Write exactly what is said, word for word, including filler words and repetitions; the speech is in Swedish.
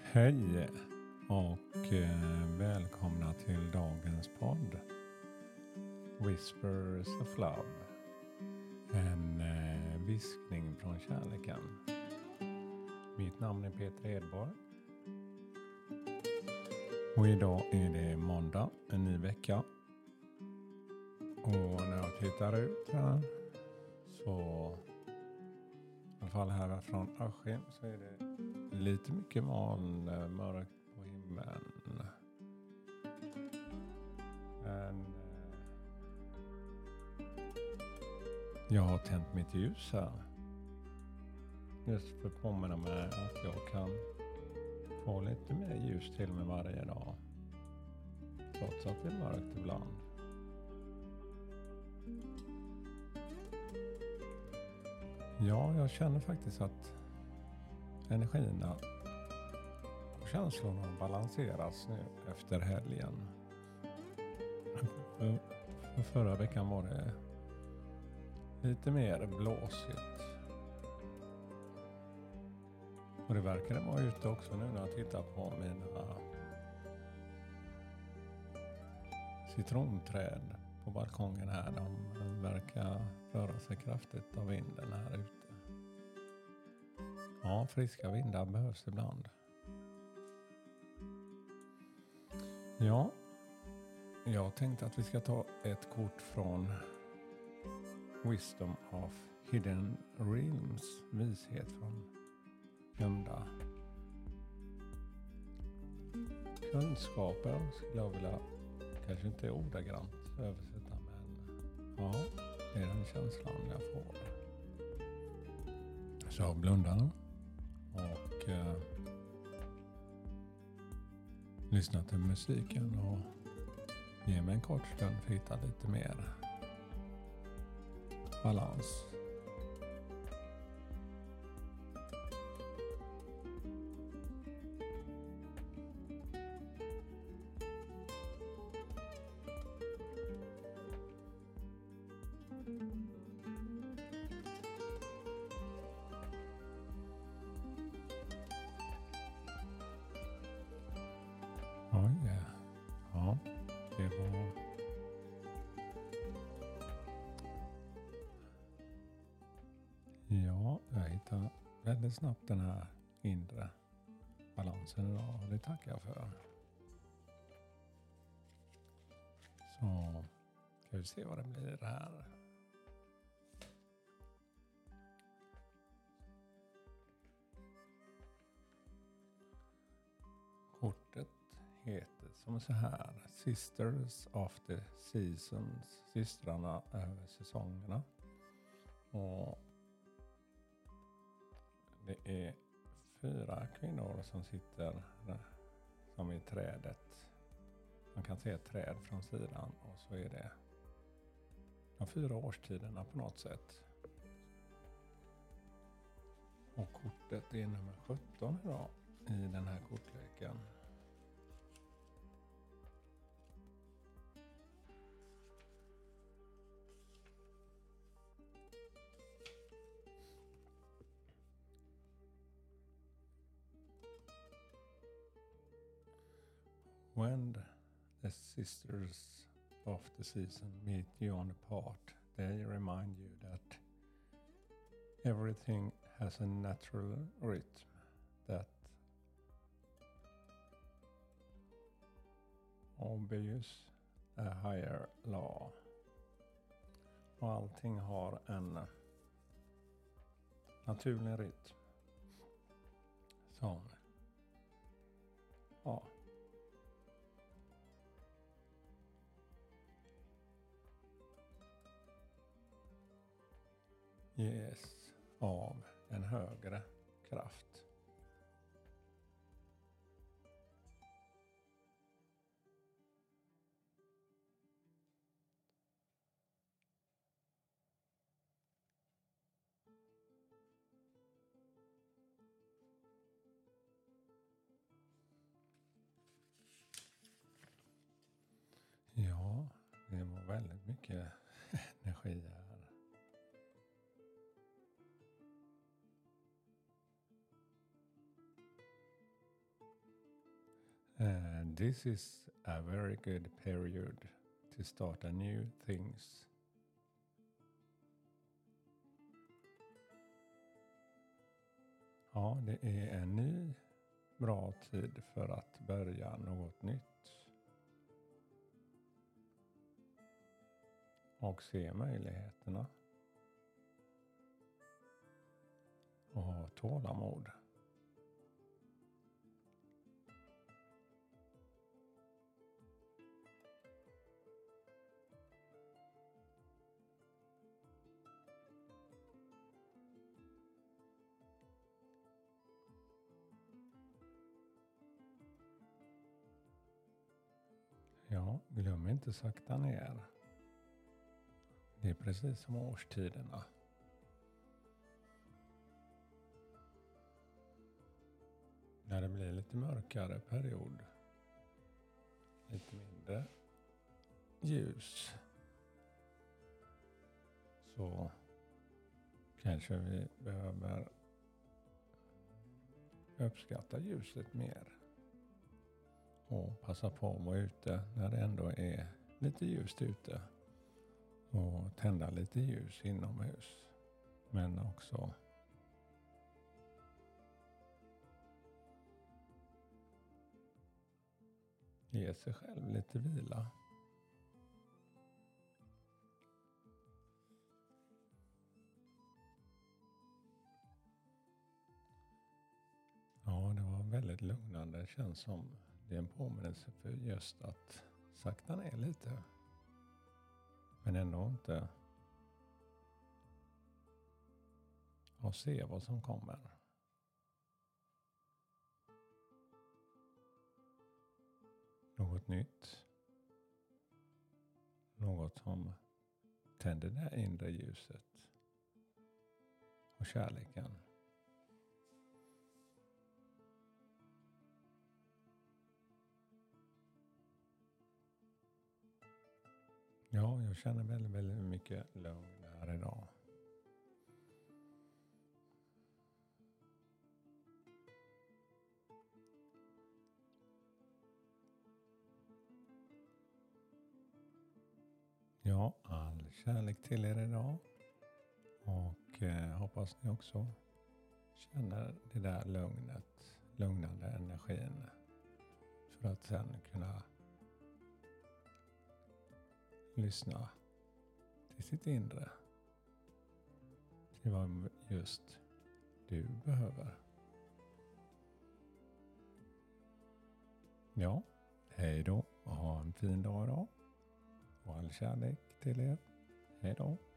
Hej och eh, välkomna till dagens podd Whispers of Love. En eh, viskning från kärleken. Mitt namn är Peter Edborg. Och idag är det måndag, en ny vecka. Och när jag tittar ut här så, i alla fall här från Askim, så är det lite mycket moln, mörkt på himlen. Men eh, jag har tänt mitt ljus här. Just för att påminna mig att jag kan få lite mer ljus till mig varje dag. Trots att det är mörkt ibland. Ja, jag känner faktiskt att energierna och känslorna balanseras nu efter helgen. För, för förra veckan var det lite mer blåsigt. Och det verkar vara ute också nu när jag tittar på mina citronträd på balkongen här. De verkar röra sig kraftigt av vinden här ute. Ja, friska vindar behövs ibland. Ja, jag tänkte att vi ska ta ett kort från Wisdom of Hidden Realms, vishet från gömda kunskaper, skulle jag vilja, kanske inte ordagrant översätta, men ja, det är den känslan jag får. Så jag blundar och eh, lyssnar till musiken och ger mig en kort stund för att hitta lite mer balans. Oj, ja, det var ja, jag hittar väldigt snabbt den här inre balansen idag och det tackar jag för. Så ska vi se vad det blir här. Kortet heter som så här: Sisters of the Seasons, systrarna över säsongerna. Och det är fyra kvinnor som sitter som i trädet. Man kan se ett träd från sidan och så är det de fyra årstiderna på något sätt. Och kortet är nummer sjutton idag i den här kortleken. When the sisters of the season meet you on the path, they remind you that everything has a natural rhythm that obeys a higher law. Och allting har en naturlig rytm som ja, ges av en högre kraft. Ja, det var väldigt mycket energi här. Uh, this is a very good period to start a new things. Ja, det är en ny bra tid för att börja något nytt. Och se möjligheterna. Och ha tålamod. Ja, glöm inte sakta ner. Det är precis som årstiderna. När det blir lite mörkare period. Lite mindre ljus. Så kanske vi behöver uppskatta ljuset mer. Och passa på att vara ute när det ändå är lite ljust ute. Och tända lite ljus inomhus. Men också ge sig själv lite vila. Ja, det var väldigt lugnande. Det känns som det är en påminnelse för just att sakta ner lite. Men ändå inte och se vad som kommer. Något nytt. Något som tänder det inre ljuset. Och kärleken. Ja, jag känner väldigt, väldigt mycket lugn här idag. Ja, all kärlek till er idag. Och eh, hoppas ni också känner det där lugnet, lugnande energin. För att sen kunna lyssna till sitt inre. Till vad just du behöver. Ja, hej då och ha en fin dag idag. Och all kärlek till er. Hej då.